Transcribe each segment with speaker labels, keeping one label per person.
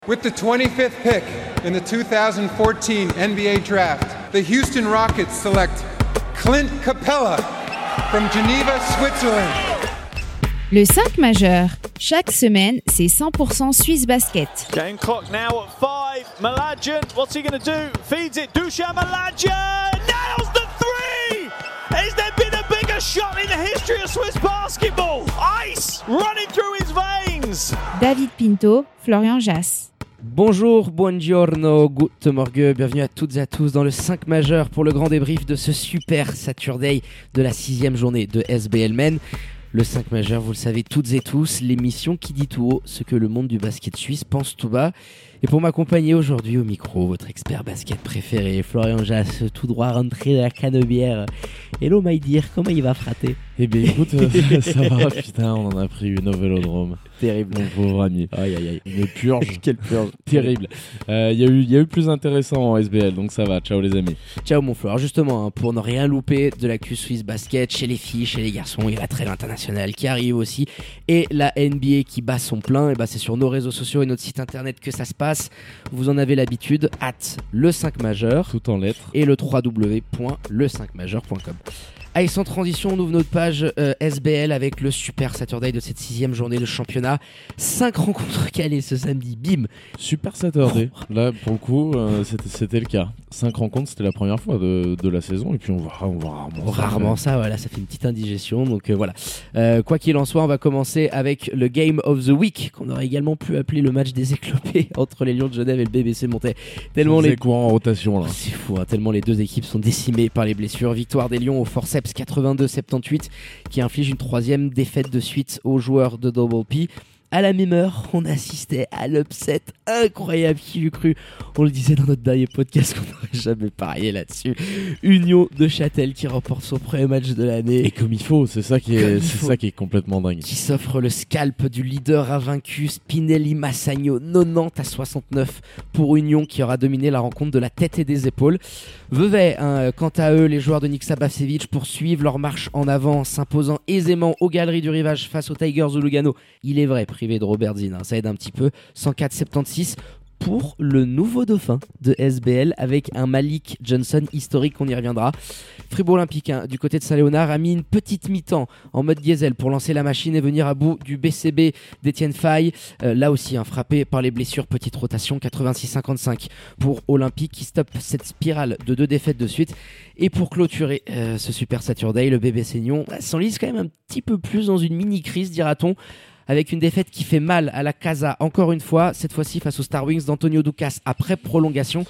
Speaker 1: With the 25th pick in the 2014 NBA Draft, the Houston Rockets select Clint Capella from Geneva, Switzerland.
Speaker 2: Le 5 majeur. Chaque semaine, c'est 100% Suisse Basket.
Speaker 3: Game clock now at 5. Malajan, what's he going to do? Feeds it. Dusan Malajan nails the three! Has there been a bigger shot in the history of Swiss basketball? Ice running through his veins.
Speaker 2: David Pinto, Florian Jass.
Speaker 4: Bonjour, buongiorno, guten morgue, bienvenue à toutes et à tous dans le 5 majeur pour le grand débrief de ce super Saturday de la 6e journée de SBL Men. Le 5 majeur, vous le savez toutes et tous, l'émission qui dit tout haut ce que le monde du basket suisse pense tout bas. Et pour m'accompagner aujourd'hui au micro, votre expert basket préféré, Florian Jass, tout droit rentré de la canebière. Hello my dear, comment il va frater?
Speaker 5: Eh bien écoute, ça va, putain, on en a pris une au Vélodrome.
Speaker 4: Terrible.
Speaker 5: Mon pauvre ami.
Speaker 4: Aïe aïe aïe.
Speaker 5: Une purge.
Speaker 4: Quelle purge.
Speaker 5: Terrible. Il y a eu plus intéressant en SBL, donc ça va. Ciao les amis.
Speaker 4: Ciao mon Fleur. Justement, pour ne rien louper de l'actu Suisse Basket, chez les filles, chez les garçons, il y a la trêve internationale qui arrive aussi. Et la NBA qui bat son plein. Et c'est sur nos réseaux sociaux et notre site internet que ça se passe. Vous en avez l'habitude. Le 5 majeur.
Speaker 5: Tout en lettres.
Speaker 4: Et le www.le5majeur.com. Allez, sans transition, on ouvre notre page SBL avec le super Saturday de cette 6e journée de championnat. 5 rencontres calées ce samedi, bim.
Speaker 5: Super Saturday. Là, pour le coup, c'était le cas. 5 rencontres, c'était la première fois de la saison. Et puis on voit
Speaker 4: rarement ça. Voilà, ça fait une petite indigestion. Donc voilà. Quoi qu'il en soit, on va commencer avec le Game of the Week, qu'on aurait également pu appeler le match des éclopés entre les Lions de Genève et le BBC Montais.
Speaker 5: Tellement les courants en rotation là.
Speaker 4: C'est fou, hein, tellement les deux équipes sont décimées par les blessures. Victoire des Lions au forceps 82-78 qui inflige une 3e défaite de suite aux joueurs de Double P. À la même heure, on assistait à l'upset incroyable, qui eût cru. On le disait dans notre dernier podcast qu'on n'aurait jamais parié là-dessus. Union de Châtel qui remporte son premier match de l'année.
Speaker 5: Et comme il faut, c'est ça qui est complètement dingue.
Speaker 4: Qui s'offre le scalp du leader invaincu Spinelli Massagno, 90-69 pour Union, qui aura dominé la rencontre de la tête et des épaules. Vevey, quant à eux, les joueurs de Nick Sabasevic poursuivent leur marche en avant, s'imposant aisément aux galeries du rivage face aux Tigers de Lugano. Il est vrai, privé de Robert Zinn, ça aide un petit peu. 104-76 pour le nouveau dauphin de SBL avec un Malik Johnson historique, on y reviendra. Fribourg Olympique, du côté de Saint-Léonard, a mis une petite mi-temps en mode diesel pour lancer la machine et venir à bout du BCB d'Étienne Faye. Là aussi, frappé par les blessures, petite rotation, 86-55 pour Olympique qui stoppe cette spirale de 2 défaites de suite. Et pour clôturer ce super Saturday, le bébé Seignon s'enlise quand même un petit peu plus dans une mini-crise, dira-t-on, avec une défaite qui fait mal à la Casa encore une fois, cette fois-ci face aux Star Wings d'Antonio Ducas après prolongation.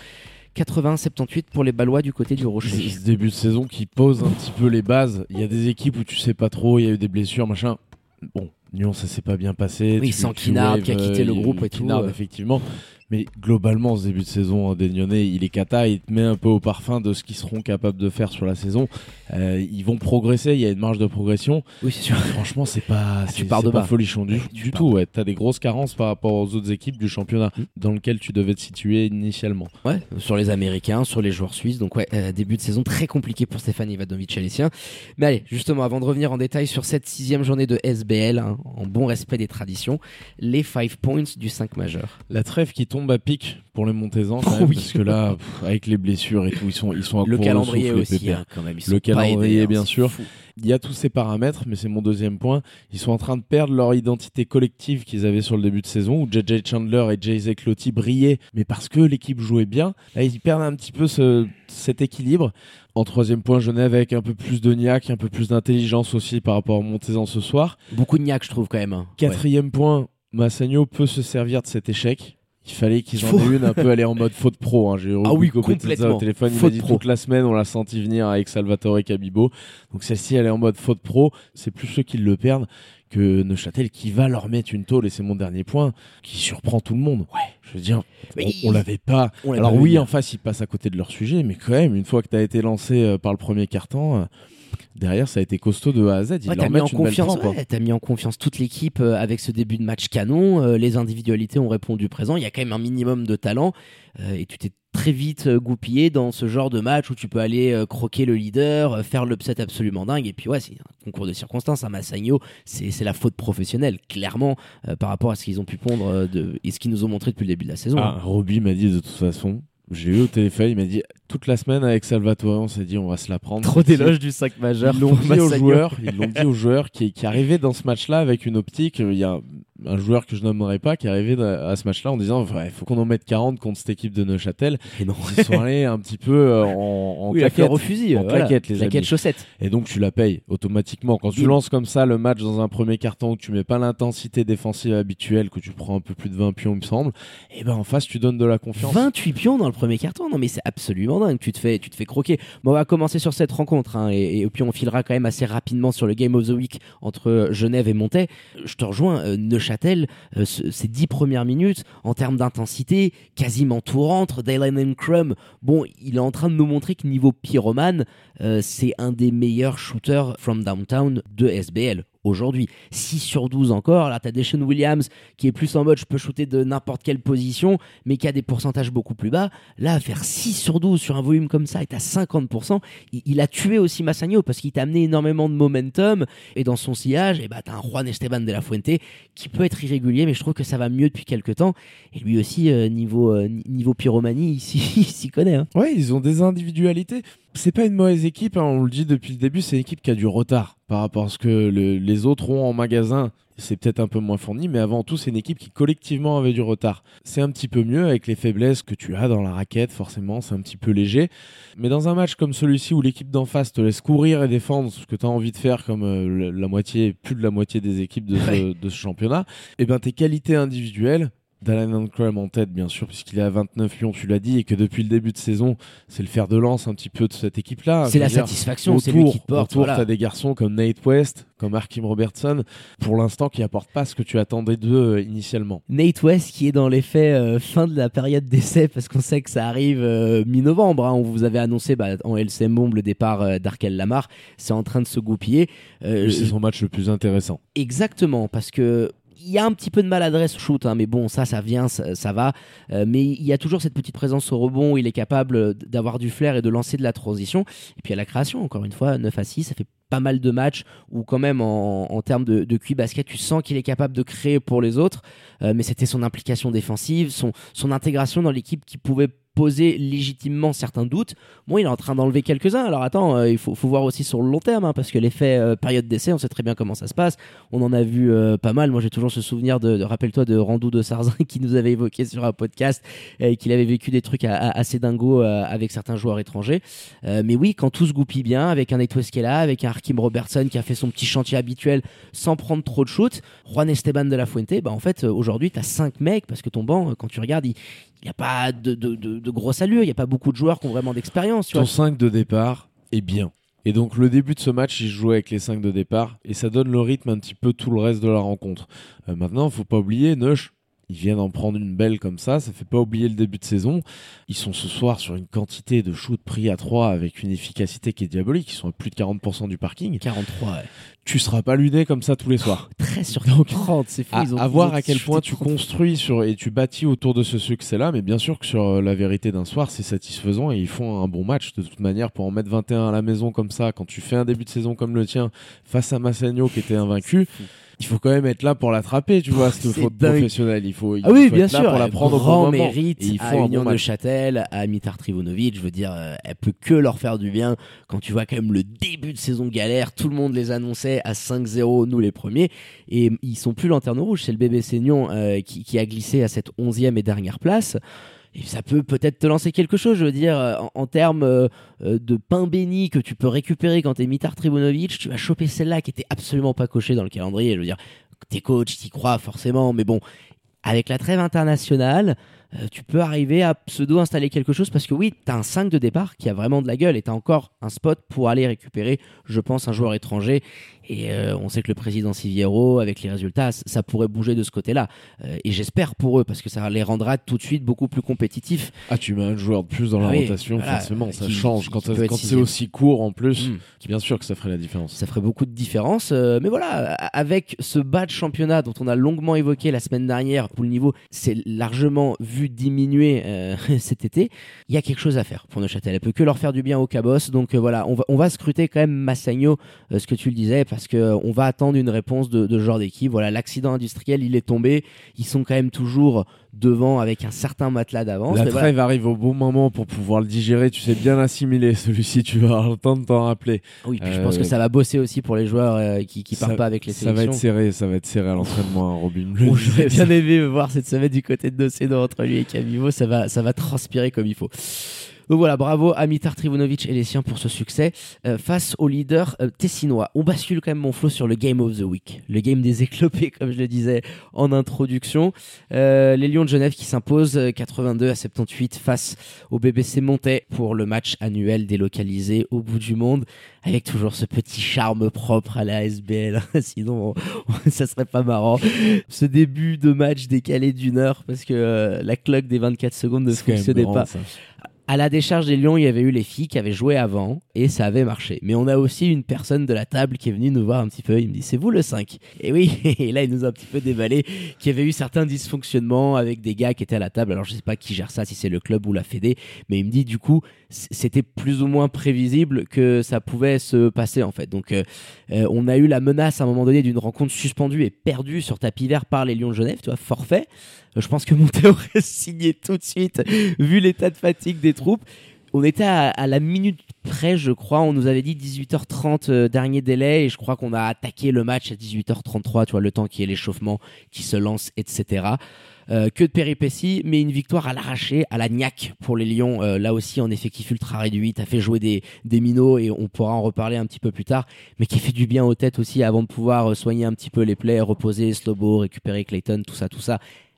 Speaker 4: 81-78 pour les Ballois du côté du Rocher.
Speaker 5: Ce début de saison qui pose un petit peu les bases. Il y a des équipes où tu sais pas trop, il y a eu des blessures, machin. Bon, Lyon, ça s'est pas bien passé.
Speaker 4: Oui, sans Kinard qui a quitté le groupe et tout.
Speaker 5: Kinard, effectivement. Mais globalement, ce début de saison des Lyonnais, il est cata, il te met un peu au parfum de ce qu'ils seront capables de faire sur la saison. Ils vont progresser, il y a une marge de progression.
Speaker 4: Oui, c'est sûr.
Speaker 5: Franchement, c'est pas folichon du tout. Ouais. T'as des grosses carences par rapport aux autres équipes du championnat dans lequel tu devais te situer initialement.
Speaker 4: Ouais, sur les Américains, sur les joueurs suisses. Donc début de saison très compliqué pour Stéphane Ivanovic et les siens. Mais allez, justement, avant de revenir en détail sur cette 6e journée de SBL, en bon respect des traditions, les 5 points du 5 majeur.
Speaker 5: La trêve qui tombe à pic pour les Montezans quand même, parce que là, avec les blessures et tout, ils sont à court de
Speaker 4: le calendrier
Speaker 5: souffle,
Speaker 4: aussi, quand même.
Speaker 5: Le calendrier, bien sûr.
Speaker 4: Fou.
Speaker 5: Il y a tous ces paramètres, mais c'est mon deuxième point. Ils sont en train de perdre leur identité collective qu'ils avaient sur le début de saison, où JJ Chandler et Jay Cloty brillaient, mais parce que l'équipe jouait bien. Là, ils perdent un petit peu cet équilibre. En 3e point, Genève avec un peu plus de niaque, un peu plus d'intelligence aussi par rapport à Montezan ce soir.
Speaker 4: Beaucoup de niaque, je trouve, quand même.
Speaker 5: 4e point, Massagno peut se servir de cet échec. Il fallait qu'ils en aient une un peu aller en mode faute pro. J'ai eu
Speaker 4: complètement.
Speaker 5: Au téléphone, il m'a dit toute la semaine, on l'a senti venir avec Salvatore Cabibo. Donc celle-ci, elle est en mode faute pro. C'est plus ceux qui le perdent que Neuchâtel qui va leur mettre une tôle, et c'est mon dernier point, qui surprend tout le monde. Ouais, je veux dire, on l'avait pas. Alors oui, en face, ils passent à côté de leur sujet, mais quand même, une fois que tu as été lancé par le premier carton, derrière, ça a été costaud de A à Z. Ils leur mettent une belle trempe, hein.
Speaker 4: T'as mis en confiance toute l'équipe avec ce début de match canon. Les individualités ont répondu présent. Il y a quand même un minimum de talent. Et tu t'es très vite goupillé dans ce genre de match où tu peux aller croquer le leader, faire l'upset absolument dingue. Et puis c'est un concours de circonstances. Massagno, c'est la faute professionnelle, clairement, par rapport à ce qu'ils ont pu pondre et ce qu'ils nous ont montré depuis le début de la saison.
Speaker 5: Roby m'a dit de toute façon, j'ai eu au téléphone, il m'a dit toute la semaine avec Salvatore, on s'est dit on va se la prendre.
Speaker 4: Trop d'éloges du 5 majeur.
Speaker 5: Ils l'ont dit aux joueurs qui arrivaient dans ce match-là avec une optique. Il y a un joueur que je nommerai pas qui est arrivé à ce match-là en disant il faut qu'on en mette 40 contre cette équipe de Neuchâtel.
Speaker 4: Et non.
Speaker 5: Ils sont allés un petit peu en claquette,
Speaker 4: au fusil,
Speaker 5: claquette, les
Speaker 4: claquette
Speaker 5: amis.
Speaker 4: chaussette.
Speaker 5: Et donc tu la payes automatiquement. Quand tu lances comme ça le match dans un premier carton où tu mets pas l'intensité défensive habituelle, que tu prends un peu plus de 20 pions il me semble, et en face tu donnes de la confiance.
Speaker 4: 28 pions dans le premier carton, non mais c'est absolument dingue, tu te fais croquer. Bon, on va commencer sur cette rencontre et puis on filera quand même assez rapidement sur le Game of the Week entre Genève et Montaix. Je te rejoins, Neuchâtel, ces 10 premières minutes en termes d'intensité, quasiment tout rentre. Dylan Crum, bon, il est en train de nous montrer que niveau pyromane, c'est un des meilleurs shooters from downtown de SBL. Aujourd'hui, 6 sur 12 encore. Là, t'as Deshaun Williams qui est plus en mode je peux shooter de n'importe quelle position, mais qui a des pourcentages beaucoup plus bas. Là, à faire 6 sur 12 sur un volume comme ça, et t'as 50%, il a tué aussi Massagno parce qu'il t'a amené énormément de momentum. Et dans son sillage, t'as un Juan Esteban de la Fuente qui peut être irrégulier, mais je trouve que ça va mieux depuis quelques temps. Et lui aussi, niveau pyromanie, il s'y connaît. Hein.
Speaker 5: Ouais, ils ont des individualités. C'est pas une mauvaise équipe, hein, on le dit depuis le début, c'est une équipe qui a du retard par rapport à ce que les autres ont en magasin. C'est peut-être un peu moins fourni, mais avant tout, c'est une équipe qui collectivement avait du retard. C'est un petit peu mieux avec les faiblesses que tu as dans la raquette, forcément, c'est un petit peu léger. Mais dans un match comme celui-ci où l'équipe d'en face te laisse courir et défendre ce que tu as envie de faire, comme plus de la moitié des équipes de ce championnat, tes qualités individuelles, Dylan Crum en tête bien sûr puisqu'il est à 29 pions, tu l'as dit, et que depuis le début de saison c'est le fer de lance un petit peu de cette équipe là.
Speaker 4: C'est la satisfaction, c'est lui qui te porte.
Speaker 5: Autour t'as des garçons comme Nate West, comme Hakeem Robertson, pour l'instant qui apportent pas ce que tu attendais d'eux initialement.
Speaker 4: Nate West qui est dans les faits fin de la période d'essai parce qu'on sait que ça arrive mi-novembre, hein. On vous avait annoncé en LCM Bombe le départ d'Arkel Lamar, c'est en train de se goupiller.
Speaker 5: C'est son match le plus intéressant.
Speaker 4: Exactement, parce que il y a un petit peu de maladresse au shoot, hein, mais bon, ça vient, ça va. Mais il y a toujours cette petite présence au rebond où il est capable d'avoir du flair et de lancer de la transition. Et puis à la création, encore une fois, 9-6, ça fait pas mal de matchs où quand même en termes de QI basket, tu sens qu'il est capable de créer pour les autres. Mais c'était son implication défensive, son intégration dans l'équipe qui pouvait poser légitimement certains doutes. Bon, il est en train d'enlever quelques-uns. Alors attends, il faut voir aussi sur le long terme, hein, parce que l'effet période d'essai, on sait très bien comment ça se passe. On en a vu pas mal. Moi, j'ai toujours ce souvenir rappelle-toi de Randou de Sarzin qui nous avait évoqué sur un podcast qu'il avait vécu des trucs assez dingos avec certains joueurs étrangers. Mais oui, quand tout se goupille bien, avec un Nate West qui est là, avec un Hakeem Robertson qui a fait son petit chantier habituel sans prendre trop de shoots, Juan Esteban de la Fuente, en fait, aujourd'hui, t'as 5 mecs, parce que ton banc, quand tu regardes, il n'y a pas de grosse allure, il n'y a pas beaucoup de joueurs qui ont vraiment d'expérience.
Speaker 5: Ton 5 de départ est bien. Et donc le début de ce match, il joue avec les 5 de départ et ça donne le rythme un petit peu tout le reste de la rencontre. Maintenant, il ne faut pas oublier, Neuch, ils viennent en prendre une belle comme ça fait pas oublier le début de saison. Ils sont ce soir sur une quantité de shoots pris à 3 avec une efficacité qui est diabolique. Ils sont à plus de 40% du parking.
Speaker 4: 43, ouais.
Speaker 5: Tu seras pas ludé comme ça tous les soirs.
Speaker 4: 13 sur 30, c'est fou.
Speaker 5: À voir à quel point tu construis et tu bâtis autour de ce succès-là, mais bien sûr que sur la vérité d'un soir, c'est satisfaisant et ils font un bon match de toute manière pour en mettre 21 à la maison comme ça. Quand tu fais un début de saison comme le tien face à Massagno qui était invaincu, il faut quand même être là pour l'attraper, tu vois, cette faute professionnelle. Il faut
Speaker 4: bien
Speaker 5: être
Speaker 4: sûr,
Speaker 5: là pour la prendre au bon moment.
Speaker 4: Mérite
Speaker 5: et il faut
Speaker 4: à Union de Châtel, à Mitar Trivunovic, je veux dire, elle peut que leur faire du bien quand tu vois quand même le début de saison galère, tout le monde les annonçait à 5-0, nous les premiers, et ils sont plus lanterne rouge, c'est le bébé Seignon qui a glissé à cette 11e et dernière place. Et ça peut peut-être te lancer quelque chose, je veux dire, en termes de pain béni que tu peux récupérer quand t'es Mitar Trivunovic, tu vas choper celle-là qui était absolument pas cochée dans le calendrier. Je veux dire, t'es coach, t'y crois forcément, mais bon, avec la trêve internationale, tu peux arriver à pseudo-installer quelque chose parce que oui, tu as un 5 de départ qui a vraiment de la gueule et tu as encore un spot pour aller récupérer, je pense, un joueur étranger. Et on sait que le président Siviero, avec les résultats, ça pourrait bouger de ce côté-là. Et j'espère pour eux parce que ça les rendra tout de suite beaucoup plus compétitifs.
Speaker 5: Ah, tu mets un joueur de plus dans la rotation,
Speaker 4: voilà,
Speaker 5: forcément, ça change. Quand c'est
Speaker 4: sixième.
Speaker 5: aussi court en plus, bien sûr que ça ferait la différence.
Speaker 4: Ça ferait beaucoup de différence. Mais voilà, avec ce bas de championnat dont on a longuement évoqué la semaine dernière, où le niveau s'est largement vu diminuer cet été, il y a quelque chose à faire pour Neuchâtel. Elle peut que leur faire du bien au Cabos. Donc voilà, on va scruter quand même Massagno, ce que tu le disais, parce qu'on va attendre une réponse de ce genre d'équipe. Voilà, l'accident industriel, il est tombé. Ils sont quand même toujours devant avec un certain matelas d'avance.
Speaker 5: La trêve arrive au bon moment pour pouvoir le digérer. Tu sais bien l'assimiler, celui-ci, tu vas avoir le temps de t'en rappeler.
Speaker 4: Oui, puis je pense que ça va bosser aussi pour les joueurs qui partent pas avec les sélections.
Speaker 5: Ça va être serré à l'entraînement, Robin.
Speaker 4: J'aurais bien aimé voir cette semaine du côté de Nocédo entre lui et Camivo. Ça va transpirer comme il faut. Donc voilà, bravo à Mitar Trivunovic et les siens pour ce succès face au leader tessinois. On bascule quand même, mon Flo, sur le Game of the Week, le game des éclopés, comme je le disais en introduction. Les Lions de Genève qui s'imposent 82-78 face au BBC Montais pour le match annuel délocalisé au bout du monde, avec toujours ce petit charme propre à la SBL. Sinon, ça serait pas marrant. Ce début de match décalé d'une heure parce que la cloque des 24 secondes ne fonctionnait pas. Ça. À la décharge des Lions, il y avait eu les filles qui avaient joué avant et ça avait marché. Mais on a aussi une personne de la table qui est venue nous voir un petit peu. Il me dit, c'est vous le 5 ? Et oui, et là il nous a un petit peu déballé qu'il y avait eu certains dysfonctionnements avec des gars qui étaient à la table. Alors je sais pas qui gère ça, si c'est le club ou la fédé, mais il me dit du coup c'était plus ou moins prévisible que ça pouvait se passer en fait. Donc on a eu la menace à un moment donné d'une rencontre suspendue et perdue sur tapis vert par les Lions de Genève, tu vois, forfait. Je pense que Monté aurait signé tout de suite, vu l'état de fatigue des troupes. On était à la minute près, je crois. On nous avait dit 18h30 dernier délai et je crois qu'on a attaqué le match à 18h33, tu vois, le temps qu'il y ait l'échauffement qui se lance, etc. Que de péripéties, mais une victoire à l'arraché, à la niaque pour les Lions. Là aussi, en effectif ultra réduit, t'as fait jouer des minots et on pourra en reparler un petit peu plus tard, mais qui fait du bien aux têtes aussi avant de pouvoir soigner un petit peu les plaies, reposer Slobo, récupérer Clayton, tout ça.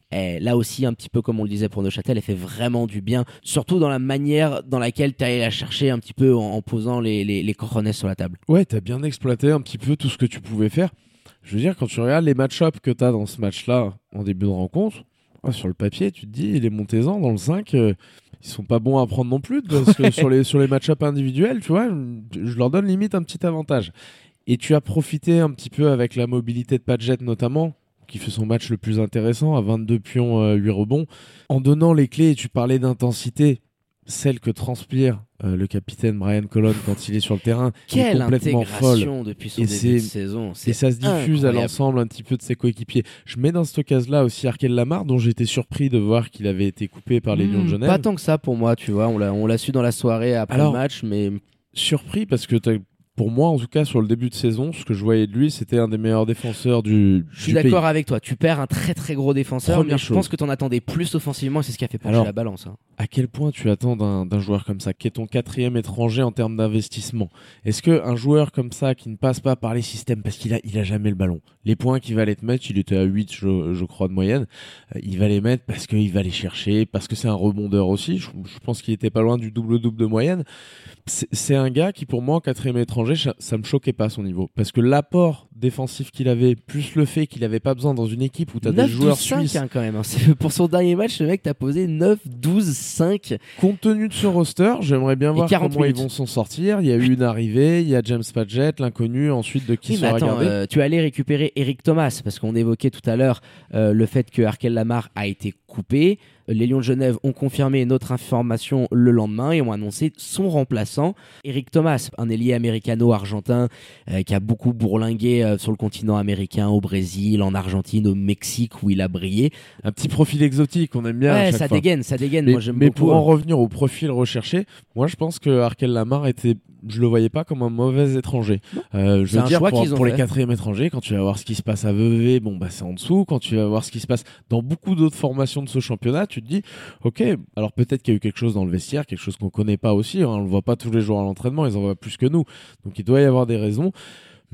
Speaker 4: Là aussi, un petit peu comme on le disait pour Neuchâtel, elle fait vraiment du bien, surtout dans la manière dans laquelle tu allé la chercher un petit peu en posant les cojones sur la table.
Speaker 5: Ouais, t'as bien exploité un petit peu tout ce que tu pouvais faire. Je veux dire, quand tu regardes les match-up que t'as dans ce match-là en début de rencontre, sur le papier, tu te dis, les Montezans dans le 5, ils sont pas bons à prendre non plus, parce que sur les match-up individuels, tu vois, je leur donne limite un petit avantage. Et tu as profité un petit peu avec la mobilité de Padgett notamment, qui fait son match le plus intéressant, à 22 pions, 8 rebonds. En donnant les clés, tu parlais d'intensité, celle que transpire le capitaine Brian Colon quand il est sur le terrain.
Speaker 4: Quelle
Speaker 5: est complètement
Speaker 4: intégration
Speaker 5: folle.
Speaker 4: depuis son début de saison.
Speaker 5: Et ça se diffuse
Speaker 4: incroyable.
Speaker 5: À l'ensemble un petit peu de ses coéquipiers. Je mets dans cette case-là aussi Arkel Lamar, dont j'étais surpris de voir qu'il avait été coupé par les Lions de Genève.
Speaker 4: Pas tant que ça pour moi, tu vois. On l'a su dans la soirée après le match, mais...
Speaker 5: Surpris parce que pour moi, en tout cas, sur le début de saison, ce que je voyais de lui, c'était un des meilleurs défenseurs du
Speaker 4: Je suis d'accord avec toi. Tu perds un très très gros défenseur, mais je pense que tu en attendais plus offensivement et c'est ce qui a fait pencher la balance.
Speaker 5: À quel point tu attends d'un joueur comme ça, qui est ton 4e étranger en termes d'investissement ? Est-ce qu'un joueur comme ça, qui ne passe pas par les systèmes, parce qu'il a jamais le ballon, les points qu'il va aller te mettre, il était à 8, je crois, de moyenne, il va les mettre parce qu'il va les chercher, parce que c'est un rebondeur aussi. Je pense qu'il était pas loin du double-double de moyenne. C'est un gars qui, pour moi, en 4e étranger, ça me choquait pas son niveau. Parce que l'apport défensif qu'il avait, plus le fait qu'il avait pas besoin dans une équipe où tu as des joueurs suisses.
Speaker 4: Quand même. Pour son dernier match, le mec t'a posé 9, 12, 5.
Speaker 5: Compte tenu de ce roster, j'aimerais bien voir comment ils vont s'en sortir. Il y a eu une arrivée, il y a James Padgett, l'inconnu, ensuite de qui sera gardé.
Speaker 4: Tu allais récupérer Eric Thomas, parce qu'on évoquait tout à l'heure le fait que Arkel Lamar a été coupé. Les Lions de Genève ont confirmé notre information le lendemain et ont annoncé son remplaçant, Eric Thomas, un ailier américano-argentin qui a beaucoup bourlingué sur le continent américain, au Brésil, en Argentine, au Mexique où il a brillé.
Speaker 5: Un petit profil exotique, on aime bien.
Speaker 4: Ouais, ça dégaine. Moi, j'aime
Speaker 5: mais
Speaker 4: beaucoup.
Speaker 5: Pour en revenir au profil recherché, moi je pense que Arkel Lamar je le voyais pas comme un mauvais étranger. Je veux dire, pour les 4e étrangers, quand tu vas voir ce qui se passe à Vevey, c'est en dessous. Quand tu vas voir ce qui se passe dans beaucoup d'autres formations de ce championnat, tu te dis, ok, alors peut-être qu'il y a eu quelque chose dans le vestiaire, quelque chose qu'on connaît pas aussi. On le voit pas tous les jours à l'entraînement, ils en voient plus que nous. Donc il doit y avoir des raisons. Mais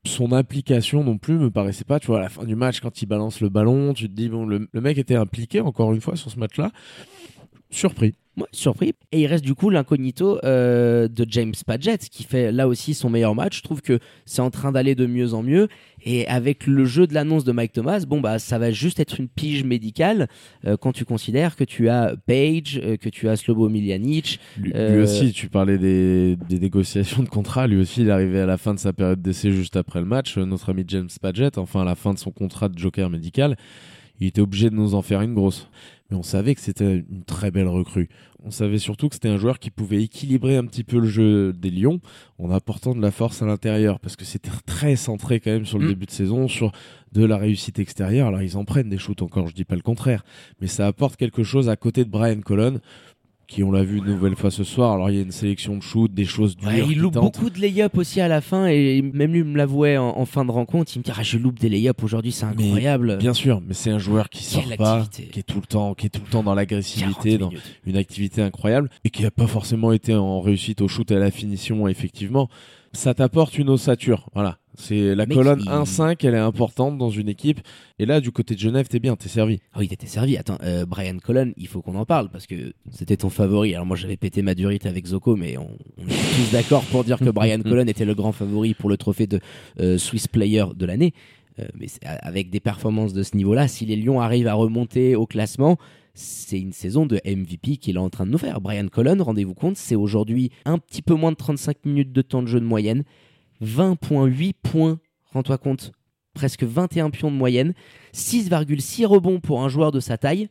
Speaker 5: son implication non plus me paraissait pas, tu vois, à la fin du match, quand il balance le ballon, tu te dis, bon, le mec était impliqué encore une fois sur ce match-là. Surpris.
Speaker 4: Ouais, surpris. Et il reste du coup l'incognito de James Padgett qui fait là aussi son meilleur match. Je trouve que c'est en train d'aller de mieux en mieux. Et avec le jeu de l'annonce de Mike Thomas, ça va juste être une pige médicale quand tu considères que tu as Page, que tu as Slobo Miljanic.
Speaker 5: Lui aussi, tu parlais des négociations de contrat. Lui aussi, il est arrivé à la fin de sa période d'essai juste après le match. Notre ami James Padgett, enfin à la fin de son contrat de joker médical, il était obligé de nous en faire une grosse. Mais on savait que c'était une très belle recrue. On savait surtout que c'était un joueur qui pouvait équilibrer un petit peu le jeu des Lions en apportant de la force à l'intérieur, parce que c'était très centré quand même sur le début de saison, sur de la réussite extérieure. Alors ils en prennent des shoots encore, je dis pas le contraire, mais ça apporte quelque chose à côté de Brian Colon, qui on l'a vu une nouvelle fois ce soir. Alors il y a une sélection de shoot, des choses dures.
Speaker 4: Il loupe beaucoup de lay-up aussi à la fin, et même lui me l'avouait en fin de rencontre. Il me dit je loupe des lay-up aujourd'hui, c'est incroyable.
Speaker 5: Mais, bien sûr, mais c'est un joueur qui sort pas, qui est tout le temps dans l'agressivité, dans une activité incroyable, et qui a pas forcément été en réussite au shoot et à la finition. Effectivement, ça t'apporte une ossature. Voilà. C'est la colonne 1-5, elle est importante dans une équipe. Et là, du côté de Genève, t'es bien, t'es servi.
Speaker 4: Oui, t'es servi. Attends, Brian Colon, il faut qu'on en parle parce que c'était ton favori. Alors moi, j'avais pété ma durite avec Zoko, mais on est tous d'accord pour dire que Brian Colon était le grand favori pour le trophée de Swiss Player de l'année. Mais avec des performances de ce niveau-là, si les Lions arrivent à remonter au classement, c'est une saison de MVP qu'il est en train de nous faire. Brian Colon, rendez-vous compte, c'est aujourd'hui un petit peu moins de 35 minutes de temps de jeu de moyenne. 20,8 points, rends-toi compte, presque 21 pions de moyenne, 6,6 rebonds pour un joueur de sa taille,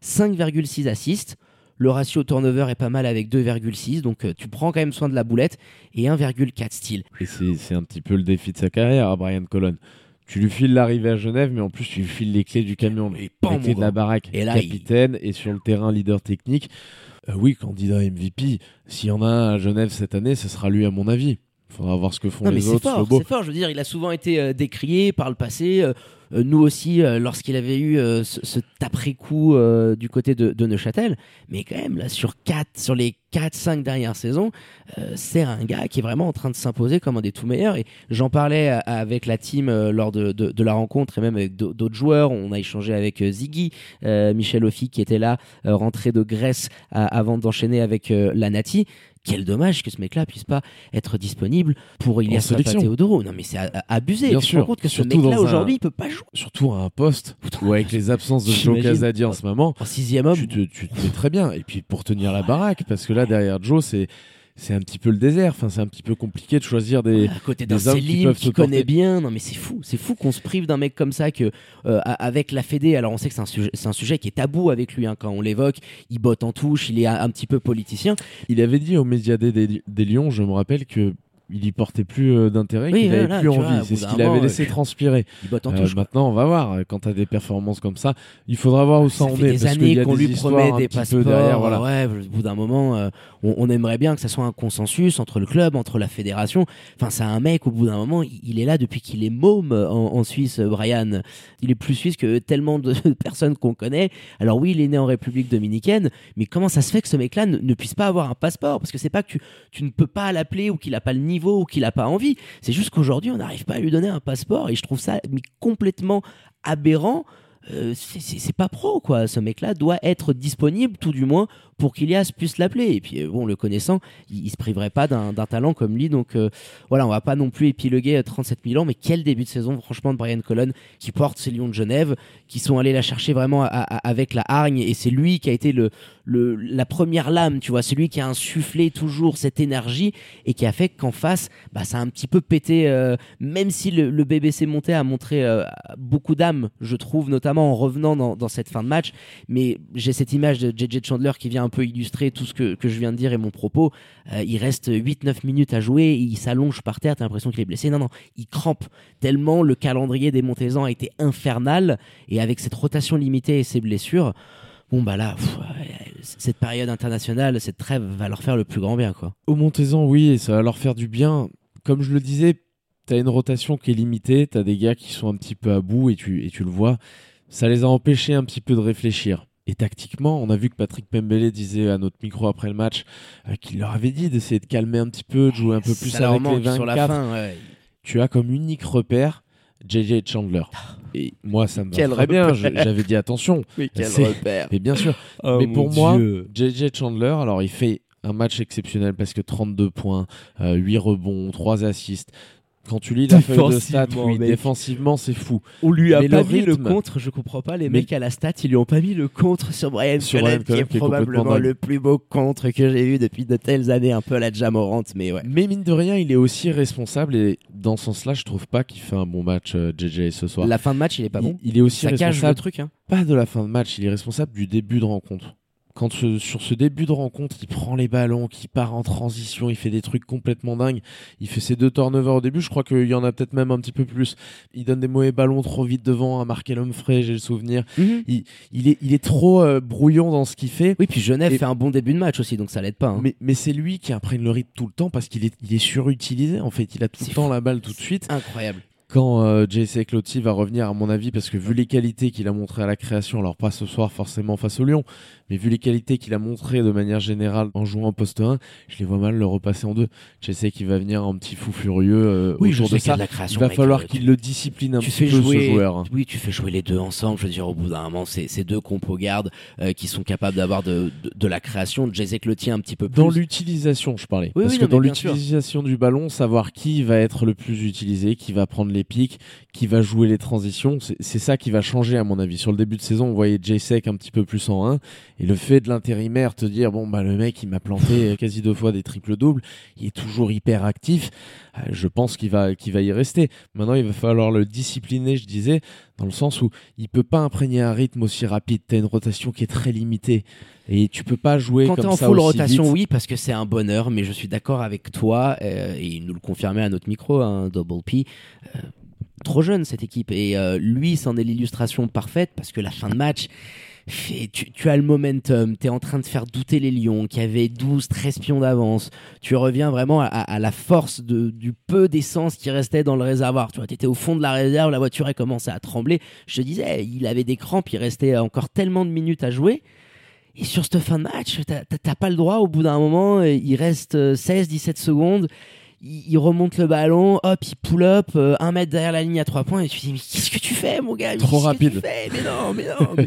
Speaker 4: 5,6 assists. Le ratio turnover est pas mal avec 2,6, donc tu prends quand même soin de la boulette, et 1,4 steals.
Speaker 5: Et c'est un petit peu le défi de sa carrière à Brian Colon. Tu lui files l'arrivée à Genève, mais en plus tu lui files les clés du camion, les clés de la baraque, et là, capitaine, et sur le terrain leader technique. Oui, candidat MVP, s'il y en a un à Genève cette année, ce sera lui à mon avis. Il faudra voir ce que font les autres.
Speaker 4: C'est fort, je veux dire, il a souvent été décrié par le passé. Nous aussi, lorsqu'il avait eu ce après-coup du côté de Neuchâtel. Mais quand même, là, sur les 4-5 dernières saisons, c'est un gars qui est vraiment en train de s'imposer comme un des tout meilleurs. Et j'en parlais avec la team lors de la rencontre et même avec d'autres joueurs. On a échangé avec Ziggy, Michel Offi qui était là, rentré de Grèce avant d'enchaîner avec la Nati. Quel dommage que ce mec-là puisse pas être disponible pour Ilias Papatheodorou. Non mais c'est abusé.
Speaker 5: Bien
Speaker 4: tu
Speaker 5: sûr.
Speaker 4: te rends compte que ce mec-là aujourd'hui il peut pas jouer.
Speaker 5: Surtout à un poste où avec les absences de Joe Casady en ce moment,
Speaker 4: en sixième homme,
Speaker 5: tu te mets très bien. Et puis pour tenir la baraque, parce que là derrière Joe c'est un petit peu le désert. Enfin, c'est un petit peu compliqué de choisir des
Speaker 4: à côté d'un Selim qui connaît bien. Non mais c'est fou qu'on se prive d'un mec comme ça que avec la Fédé. Alors on sait que c'est un sujet qui est tabou avec lui quand on l'évoque. Il botte en touche, il est un petit peu politicien.
Speaker 5: Il avait dit au média des Lions, je me rappelle que il y portait plus d'intérêt, qu'il n'avait plus envie. C'est ce qu'il avait laissé transpirer. Maintenant, on va voir. Quand tu as des performances comme ça, il faudra voir où ça en est.
Speaker 4: Des années qu'on lui promet des passeports. Derrière, voilà. Ouais, au bout d'un moment, on aimerait bien que ça soit un consensus entre le club, entre la fédération. Enfin, c'est un mec, au bout d'un moment, il est là depuis qu'il est môme en Suisse, Brian. Il est plus suisse que tellement de personnes qu'on connaît. Alors oui, il est né en République dominicaine, mais comment ça se fait que ce mec-là ne puisse pas avoir un passeport? Parce que c'est pas que tu ne peux pas l'appeler ou qu'il a pas le niveau ou qu'il a pas envie. C'est juste qu'aujourd'hui, on n'arrive pas à lui donner un passeport et je trouve ça complètement aberrant. C'est pas pro quoi. Ce mec-là doit être disponible, tout du moins pour qu'Ilias puisse l'appeler. Et puis bon, le connaissant, il se priverait pas d'un talent comme lui. Donc voilà, on va pas non plus épiloguer 37 000 ans, mais quel début de saison franchement de Brian Colon, qui porte ces Lions de Genève, qui sont allés la chercher vraiment avec la hargne, et c'est lui qui a été la première lame, tu vois, celui qui a insufflé toujours cette énergie et qui a fait qu'en face, ça a un petit peu pété, même si le BBC monté a montré beaucoup d'âme, je trouve, notamment en revenant dans cette fin de match. Mais j'ai cette image de JJ Chandler qui vient un peu illustrer tout ce que je viens de dire et mon propos. Il reste 8-9 minutes à jouer, il s'allonge par terre, t'as l'impression qu'il est blessé. Non, il crampe tellement le calendrier des Montezans a été infernal, et avec cette rotation limitée et ces blessures, cette période internationale, cette trêve va leur faire le plus grand bien, quoi.
Speaker 5: Au Montezan, oui, et ça va leur faire du bien. Comme je le disais, t'as une rotation qui est limitée, t'as des gars qui sont un petit peu à bout, et tu le vois, ça les a empêchés un petit peu de réfléchir. Et tactiquement, on a vu que Patrick Pembele disait à notre micro après le match qu'il leur avait dit d'essayer de calmer un petit peu, de jouer un peu plus avec les 24.
Speaker 4: Sur la fin, ouais.
Speaker 5: tu as comme unique repère JJ Chandler. Et moi, ça me va
Speaker 4: Quel
Speaker 5: très bien.
Speaker 4: repère.
Speaker 5: J'avais dit attention.
Speaker 4: Mais quel
Speaker 5: C'est-
Speaker 4: repère.
Speaker 5: Mais bien sûr.
Speaker 4: Oh
Speaker 5: Mais
Speaker 4: mon
Speaker 5: pour moi,
Speaker 4: Dieu.
Speaker 5: JJ Chandler, alors il fait un match exceptionnel parce que 32 points, 8 rebonds, 3 assists. Quand tu lis la feuille de stats,
Speaker 4: Défensivement,
Speaker 5: oui,
Speaker 4: mec.
Speaker 5: défensivement, c'est fou.
Speaker 4: On lui a
Speaker 5: Mais
Speaker 4: pas
Speaker 5: le
Speaker 4: mis le
Speaker 5: rythme-
Speaker 4: contre, je comprends pas. Les
Speaker 5: Mais-
Speaker 4: mecs à la stat, ils lui ont pas mis le contre sur Brian
Speaker 5: Sur
Speaker 4: Collins,
Speaker 5: Brian
Speaker 4: qui
Speaker 5: Collins,
Speaker 4: est
Speaker 5: qui est complètement
Speaker 4: probablement
Speaker 5: dingue.
Speaker 4: le plus beau contre que j'ai eu depuis de telles années, un peu à la Jamorant, mais ouais.
Speaker 5: Mais mine de rien, il est aussi responsable et dans ce sens-là, je trouve pas qu'il fait un bon match JJ ce soir.
Speaker 4: La fin de match, il est pas bon.
Speaker 5: Il est aussi
Speaker 4: Ça cache le
Speaker 5: responsable,
Speaker 4: truc, hein.
Speaker 5: pas de la fin de match, il est responsable du début de rencontre. Quand sur ce début de rencontre, il prend les ballons, qu'il part en transition, il fait des trucs complètement dingues. Il fait ses 2 turnovers au début, je crois qu'il y en a peut-être même un petit peu plus. Il donne des mauvais ballons trop vite devant à Markel Humphrey, j'ai le souvenir. Il est trop brouillon dans ce qu'il fait.
Speaker 4: Oui, puis Genève
Speaker 5: Et-
Speaker 4: fait un bon début de match aussi, donc ça l'aide pas. Hein.
Speaker 5: Mais c'est lui qui imprègne le rythme tout le temps parce qu'il est surutilisé. En fait, il a tout
Speaker 4: C'est
Speaker 5: le temps
Speaker 4: fou.
Speaker 5: la balle tout de suite.
Speaker 4: Incroyable.
Speaker 5: Quand J.C. Cloty va revenir, à mon avis, parce que vu les qualités qu'il a montrées à la création, alors pas ce soir forcément face au Lyon, mais vu les qualités qu'il a montrées de manière générale en jouant en poste 1, je les vois mal le repasser en 2. J.C. qui va venir en petit fou furieux
Speaker 4: Oui, je
Speaker 5: autour
Speaker 4: sais
Speaker 5: de
Speaker 4: qu'il y a
Speaker 5: ça.
Speaker 4: de la création,
Speaker 5: Il va
Speaker 4: mec,
Speaker 5: falloir qu'il le discipline un
Speaker 4: tu
Speaker 5: petit
Speaker 4: fais
Speaker 5: peu,
Speaker 4: jouer,
Speaker 5: ce joueur. Hein.
Speaker 4: Oui, tu fais jouer les deux ensemble. Je veux dire, au bout d'un moment, c'est deux compos gardes qui sont capables d'avoir de la création. Jay Cloutier un petit peu plus.
Speaker 5: Dans l'utilisation, je parlais.
Speaker 4: Oui,
Speaker 5: Parce
Speaker 4: oui,
Speaker 5: que
Speaker 4: non,
Speaker 5: dans
Speaker 4: mais bien sûr.
Speaker 5: l'utilisation du ballon, savoir qui va être le plus utilisé, qui va prendre les pics, qui va jouer les transitions, c'est ça qui va changer à mon avis. Sur le début de saison, on voyait J-Sec un petit peu plus en 1, et le fait de l'intérimaire te dire, bon, bah, le mec, il m'a planté quasi 2 fois des triples-doubles, il est toujours hyper actif, je pense qu'il va y rester. Maintenant, il va falloir le discipliner, je disais, dans le sens où il peut pas imprégner un rythme aussi rapide. T'as une rotation qui est très limitée. Et tu peux pas jouer
Speaker 4: Quand
Speaker 5: comme
Speaker 4: t'es en
Speaker 5: ça
Speaker 4: full
Speaker 5: aussi
Speaker 4: rotation,
Speaker 5: vite.
Speaker 4: oui, parce que c'est un bonheur, mais je suis d'accord avec toi, et il nous le confirmait à notre micro, hein, Double P. Trop jeune cette équipe, et lui, c'en est l'illustration parfaite, parce que la fin de match, tu as le momentum, tu es en train de faire douter les Lions qui avaient 12-13 pions d'avance, tu reviens vraiment à la force du peu d'essence qui restait dans le réservoir. Tu vois, étais au fond de la réserve, la voiture a commencé à trembler, je te disais, il avait des crampes, il restait encore tellement de minutes à jouer. Et sur cette fin de match, t'as pas le droit, au bout d'un moment, il reste 16-17 secondes, il remonte le ballon, hop, il pull up, 1 mètre derrière la ligne à 3 points, et tu te dis, mais qu'est-ce que tu fais, mon gars?
Speaker 5: Trop
Speaker 4: Qu'est-ce que
Speaker 5: rapide.
Speaker 4: tu fais Mais non.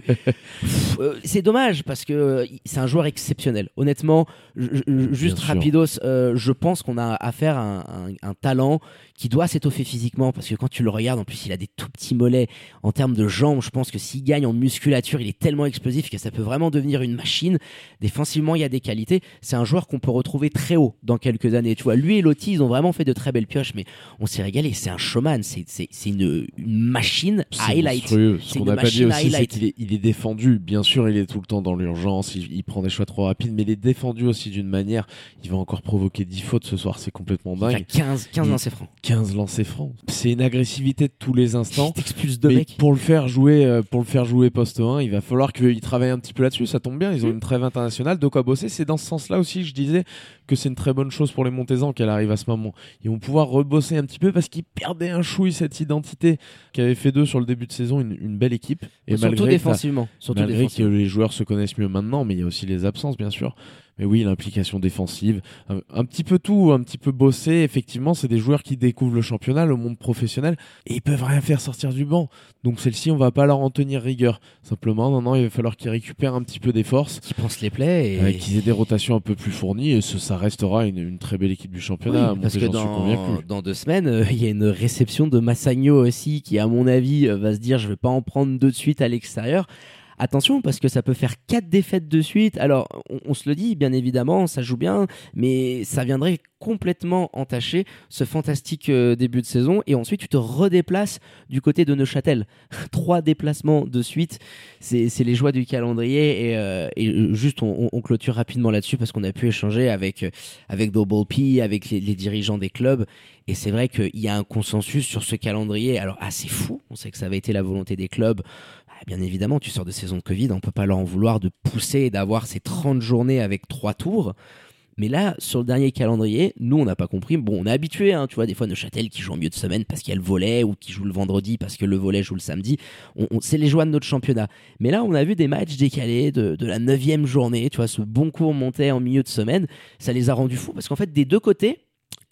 Speaker 4: C'est dommage, parce que c'est un joueur exceptionnel. Honnêtement, juste
Speaker 5: Bien sûr.
Speaker 4: rapidos, je pense qu'on a affaire à un talent qui doit s'étoffer physiquement, parce que quand tu le regardes, en plus, il a des tout petits mollets. En termes de jambes, je pense que s'il gagne en musculature, il est tellement explosif que ça peut vraiment devenir une machine. Défensivement, il y a des qualités. C'est un joueur qu'on peut retrouver très haut dans quelques années. Tu vois, lui et Lotti, ils ont vraiment fait de très belles pioches, mais on s'est régalé. C'est un showman, c'est une machine à
Speaker 5: C'est
Speaker 4: highlight.
Speaker 5: monstrueux. Ce
Speaker 4: C'est
Speaker 5: qu'on
Speaker 4: une
Speaker 5: n'a pas dit
Speaker 4: machine à
Speaker 5: aussi, c'est
Speaker 4: highlight.
Speaker 5: qu'il est défendu. Bien sûr, il est tout le temps dans l'urgence, il prend des choix trop rapides, mais il est défendu aussi d'une manière. Il va encore provoquer 10 fautes ce soir, c'est complètement
Speaker 4: Il a
Speaker 5: dingue.
Speaker 4: 15
Speaker 5: Il-
Speaker 4: lancers francs.
Speaker 5: 15 lancers francs. C'est une agressivité de tous les instants.
Speaker 4: Il t'expulse deux
Speaker 5: Mais
Speaker 4: mecs.
Speaker 5: pour le faire jouer poste 1, il va falloir qu'il travaille un petit peu là-dessus. Ça tombe bien, ils ont une trêve internationale, de quoi bosser. C'est dans ce sens-là aussi que je disais que c'est une très bonne chose pour les Montezans qu'elle arrive à ce moment. Ils vont pouvoir rebosser un petit peu parce qu'ils perdaient un chouille cette identité qui avait fait d'eux sur le début de saison une belle équipe. Et
Speaker 4: Surtout défensivement.
Speaker 5: Malgré que les joueurs se connaissent mieux maintenant, mais il y a aussi les absences, bien sûr. Mais oui, l'implication défensive, un petit peu tout, un petit peu bossé. Effectivement, c'est des joueurs qui découvrent le championnat, le monde professionnel, et ils peuvent rien faire sortir du banc. Donc celle-ci, on va pas leur en tenir rigueur. Simplement, non, il va falloir qu'ils récupèrent un petit peu des forces,
Speaker 4: Qui pensent les plays et...
Speaker 5: qu'ils aient des rotations un peu plus fournies, et ça restera une très belle équipe du championnat.
Speaker 4: Oui, parce que
Speaker 5: J'en suis convaincu.
Speaker 4: dans 2 semaines, il y a une réception de Massagno aussi qui, à mon avis, va se dire je vais pas en prendre 2 de suite à l'extérieur. Attention, parce que ça peut faire 4 défaites de suite. Alors, on se le dit, bien évidemment, ça joue bien, mais ça viendrait complètement entacher ce fantastique début de saison. Et ensuite, tu te redéplaces du côté de Neuchâtel. 3 déplacements de suite, c'est les joies du calendrier. Et juste, on clôture rapidement là-dessus parce qu'on a pu échanger avec Double P, avec les dirigeants des clubs. Et c'est vrai qu'il y a un consensus sur ce calendrier. Alors, assez fou. On sait que ça avait été la volonté des clubs. Bien évidemment, tu sors de saison de Covid, on peut pas leur en vouloir de pousser et d'avoir ces 30 journées avec 3 tours. Mais là, sur le dernier calendrier, nous, on n'a pas compris. Bon, on est habitué, hein, tu vois, des fois, Neuchâtel qui joue en milieu de semaine parce qu'il y a le volley ou qui joue le vendredi parce que le volley joue le samedi. C'est les joies de notre championnat. Mais là, on a vu des matchs décalés de la 9e journée, tu vois, ce bon cours monté en milieu de semaine. Ça les a rendus fous parce qu'en fait, des deux côtés,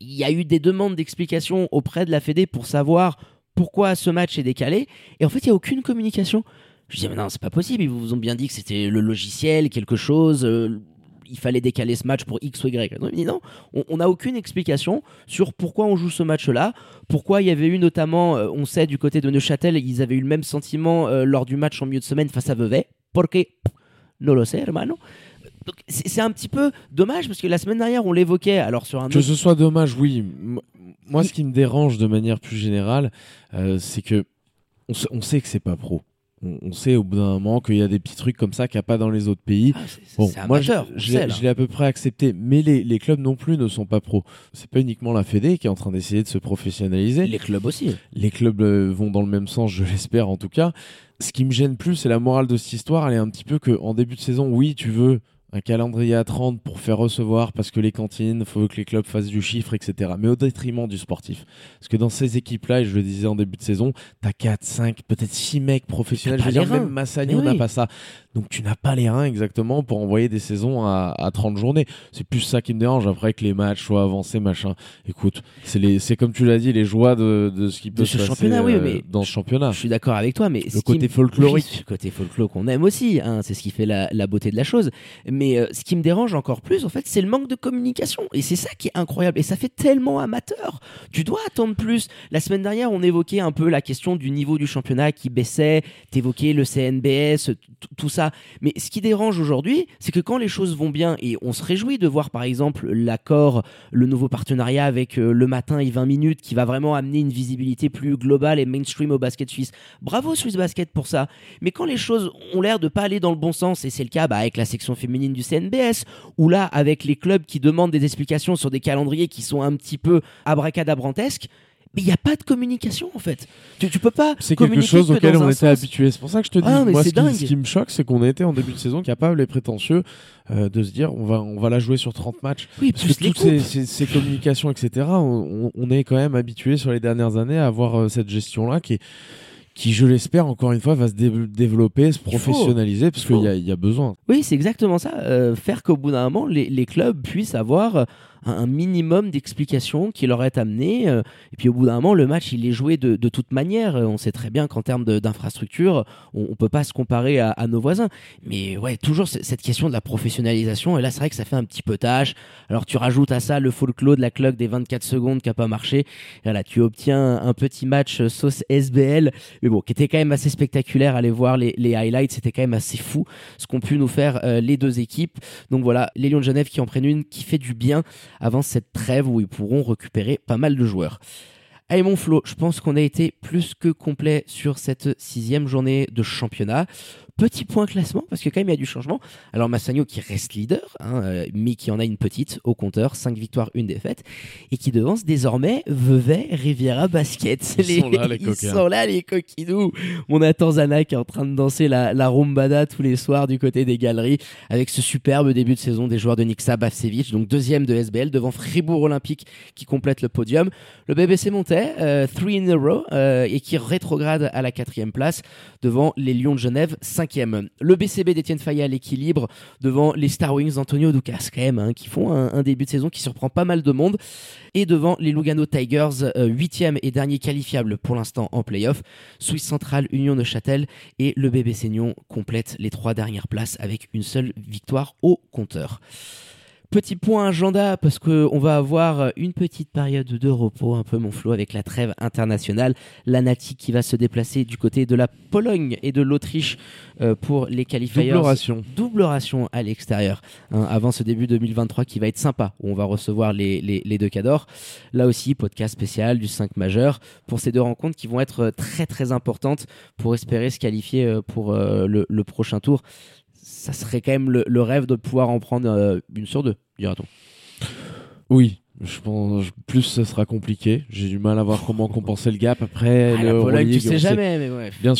Speaker 4: il y a eu des demandes d'explications auprès de la Fédé pour savoir pourquoi ce match est décalé. Et en fait, il n'y a aucune communication. Je dis, mais non, c'est pas possible. Ils vous ont bien dit que c'était le logiciel, quelque chose. Il fallait décaler ce match pour X ou Y. Non, il dit non, on n'a aucune explication sur pourquoi on joue ce match-là, pourquoi il y avait eu notamment, on sait du côté de Neuchâtel, ils avaient eu le même sentiment lors du match en milieu de semaine face à Vevey. Porque no lo sé, hermano. Donc, c'est un petit peu dommage parce que la semaine dernière, on l'évoquait. Alors sur un
Speaker 5: que ce soit dommage, oui. Moi, ce qui me dérange de manière plus générale, c'est que on sait que c'est pas pro. On sait au bout d'un moment qu'il y a des petits trucs comme ça qu'il n'y a pas dans les autres pays.
Speaker 4: C'est amateur,
Speaker 5: je l'ai à peu près accepté. Mais les clubs non plus ne sont pas pros. C'est pas uniquement la Fédé qui est en train d'essayer de se professionnaliser.
Speaker 4: Les clubs aussi.
Speaker 5: Les clubs vont dans le même sens, je l'espère en tout cas. Ce qui me gêne plus, c'est la morale de cette histoire. Elle est un petit peu qu'en début de saison, oui, tu veux un calendrier à 30 pour faire recevoir parce que les cantines, il faut que les clubs fassent du chiffre, etc. Mais au détriment du sportif. Parce que dans ces équipes-là, et je le disais en début de saison, t'as 4, 5, peut-être 6 mecs professionnels. Je veux dire, même Massagno n'a pas ça. Donc tu n'as pas les reins exactement pour envoyer des saisons à 30 journées. C'est plus ça qui me dérange. Après que les matchs soient avancés, machin. Écoute, c'est comme tu l'as dit, les joies de ce qui peut se passer dans ce championnat.
Speaker 4: Je suis d'accord avec toi, mais
Speaker 5: le côté folklorique.
Speaker 4: Oui, le côté folklore qu'on aime aussi, hein, c'est ce qui fait la beauté de la chose. Mais ce qui me dérange encore plus, en fait, c'est le manque de communication. Et c'est ça qui est incroyable. Et ça fait tellement amateur. Tu dois attendre plus. La semaine dernière, on évoquait un peu la question du niveau du championnat qui baissait. T'évoquais le CNBS, tout ça. Mais ce qui dérange aujourd'hui, c'est que quand les choses vont bien, et on se réjouit de voir par exemple l'accord, le nouveau partenariat avec Le Matin et 20 minutes qui va vraiment amener une visibilité plus globale et mainstream au basket suisse. Bravo Swiss Basket pour ça. Mais quand les choses ont l'air de pas aller dans le bon sens, et c'est le cas avec la section féminine du CNBS, ou là avec les clubs qui demandent des explications sur des calendriers qui sont un petit peu abracadabrantesques, mais il n'y a pas de communication en fait. Tu peux pas.
Speaker 5: C'est quelque chose auquel on était habitué. C'est pour ça que je te dis, moi, ce qui me choque, c'est qu'on a été en début de saison capables et prétentieux de se dire on va la jouer sur 30 matchs.
Speaker 4: Oui,
Speaker 5: parce que toutes ces communications, etc., on est quand même habitué sur les dernières années à avoir cette gestion-là qui, je l'espère, encore une fois, va se développer, se professionnaliser, parce qu'il y a besoin.
Speaker 4: Oui, c'est exactement ça. Faire qu'au bout d'un moment, les clubs puissent avoir un minimum d'explications qui leur est amené. Et puis au bout d'un moment, le match, il est joué de toute manière. On sait très bien qu'en termes d'infrastructure, on peut pas se comparer à nos voisins. Mais ouais, toujours cette question de la professionnalisation. Et là, c'est vrai que ça fait un petit peu tâche. Alors tu rajoutes à ça le folklore de la cloque des 24 secondes qui a pas marché. Et voilà, tu obtiens un petit match sauce SBL, mais bon, qui était quand même assez spectaculaire. Allez voir les highlights, c'était quand même assez fou ce qu'ont pu nous faire les deux équipes. Donc voilà, les Lions de Genève qui en prennent une qui fait du bien avant cette trêve où ils pourront récupérer pas mal de joueurs. Allez mon Flo, je pense qu'on a été plus que complet sur cette 6e journée de championnat. Petit point classement, parce que quand même il y a du changement. Alors Massagno qui reste leader, mais qui en a une petite au compteur, 5 victoires, 1 défaite, et qui devance désormais Vevey Riviera Basket. Ils sont là les coquinous. Mon Nathan Zana qui est en train de danser la rumbada tous les soirs du côté des galeries, avec ce superbe début de saison des joueurs de Niksa Bavcevic, donc 2e de SBL, devant Fribourg Olympique qui complète le podium. Le BBC montait, 3 in a row, et qui rétrograde à la 4e place, devant les Lions de Genève, 5e. Le BCB d'Étienne Fayet à l'équilibre devant les Star Wings d'Antonio Ducas quand même, qui font un début de saison qui surprend pas mal de monde, et devant les Lugano Tigers, 8e et dernier qualifiable pour l'instant en play-off. Suisse Centrale, Union Neuchâtel et le BBC Nyon complètent les 3 dernières places avec une seule victoire au compteur. Petit point agenda, parce qu'on va avoir une petite période de repos, un peu mon Flo, avec la trêve internationale. La Nati qui va se déplacer du côté de la Pologne et de l'Autriche pour les qualifiers. Double ration à l'extérieur, avant ce début 2023 qui va être sympa, où on va recevoir les deux cadors. Là aussi, podcast spécial du 5 majeur pour ces deux rencontres qui vont être très très importantes pour espérer se qualifier pour le prochain tour. Ça serait quand même le rêve de pouvoir en prendre une sur 2, dira-t-on.
Speaker 5: Oui, je pense plus ce sera compliqué. J'ai du mal à voir comment compenser le gap après.
Speaker 4: La Pologne, tu sais jamais, mais bref.
Speaker 5: Bien sûr.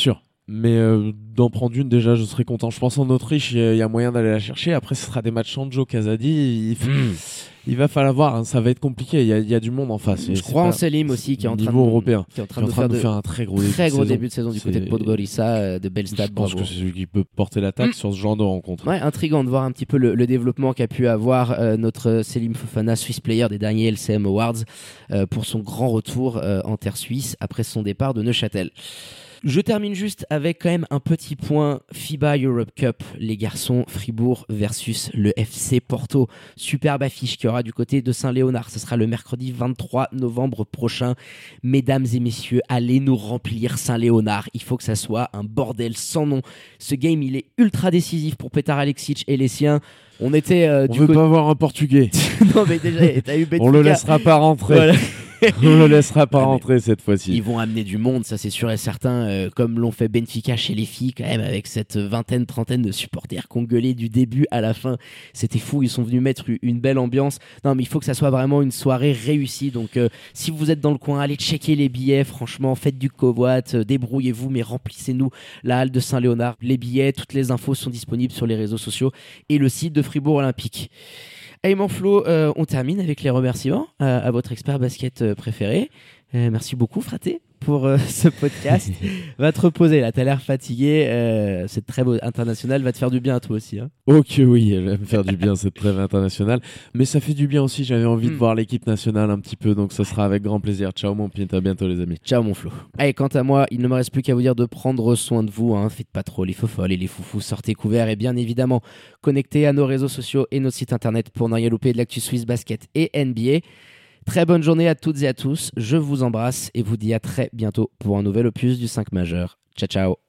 Speaker 5: Mais d'en prendre une, déjà, je serais content. Je pense en Autriche, il y a moyen d'aller la chercher. Après, ce sera des matchs sans Joe Casady. Il va falloir voir, hein, ça va être compliqué. Il y a du monde en face.
Speaker 4: Je crois en Selim aussi, qui est en train
Speaker 5: européen,
Speaker 4: qui est en train de
Speaker 5: faire un très gros
Speaker 4: début de saison du côté de Podgorica, de Belstad.
Speaker 5: Je pense que c'est celui qui peut porter l'attaque sur ce genre de rencontre.
Speaker 4: Ouais, intriguant de voir un petit peu le développement qu'a pu avoir notre Selim Fofana, Swiss Player des derniers LCM Awards, pour son grand retour en terre suisse après son départ de Neuchâtel. Je termine juste avec quand même un petit point FIBA Europe Cup, les garçons, Fribourg versus le FC Porto. Superbe affiche qui aura du côté de Saint-Léonard. Ce sera le mercredi 23 novembre prochain. Mesdames et messieurs, allez nous remplir Saint-Léonard. Il faut que ça soit un bordel sans nom. Ce game, il est ultra décisif pour Petar Aleksic et les siens. On était
Speaker 5: on veut pas voir un Portugais.
Speaker 4: Non mais déjà, t'as eu Benfica.
Speaker 5: On le laissera pas rentrer. Voilà. On le laissera pas rentrer cette fois-ci.
Speaker 4: Ils vont amener du monde, ça c'est sûr et certain, comme l'ont fait Benfica chez les filles quand même, avec cette trentaine de supporters qui ont gueulé du début à la fin. C'était fou, ils sont venus mettre une belle ambiance. Non mais il faut que ça soit vraiment une soirée réussie. Donc si vous êtes dans le coin, allez checker les billets. Franchement, faites du covoit, débrouillez-vous, mais remplissez-nous la halle de Saint-Léonard. Les billets, toutes les infos sont disponibles sur les réseaux sociaux et le site de Fribourg Olympique. Ayman Flo, on termine avec les remerciements à votre expert basket préféré. Merci beaucoup, Fraté, pour ce podcast. Va te reposer, là, t'as l'air fatigué. Cette trêve internationale va te faire du bien à toi aussi. Hein.
Speaker 5: Oh que oui, elle va me faire du bien, cette trêve internationale. Mais ça fait du bien aussi, j'avais envie de voir l'équipe nationale un petit peu, donc ça sera avec grand plaisir. Ciao mon Pint, à bientôt les amis.
Speaker 4: Ciao mon Flo. Allez, quant à moi, il ne me reste plus qu'à vous dire de prendre soin de vous. Hein. Faites pas trop les faux-folles et les foufous, sortez couverts et bien évidemment connectez à nos réseaux sociaux et nos sites internet pour ne rien louper de l'actu Swiss Basket et NBA. Très bonne journée à toutes et à tous, je vous embrasse et vous dis à très bientôt pour un nouvel opus du 5 majeur. Ciao ciao.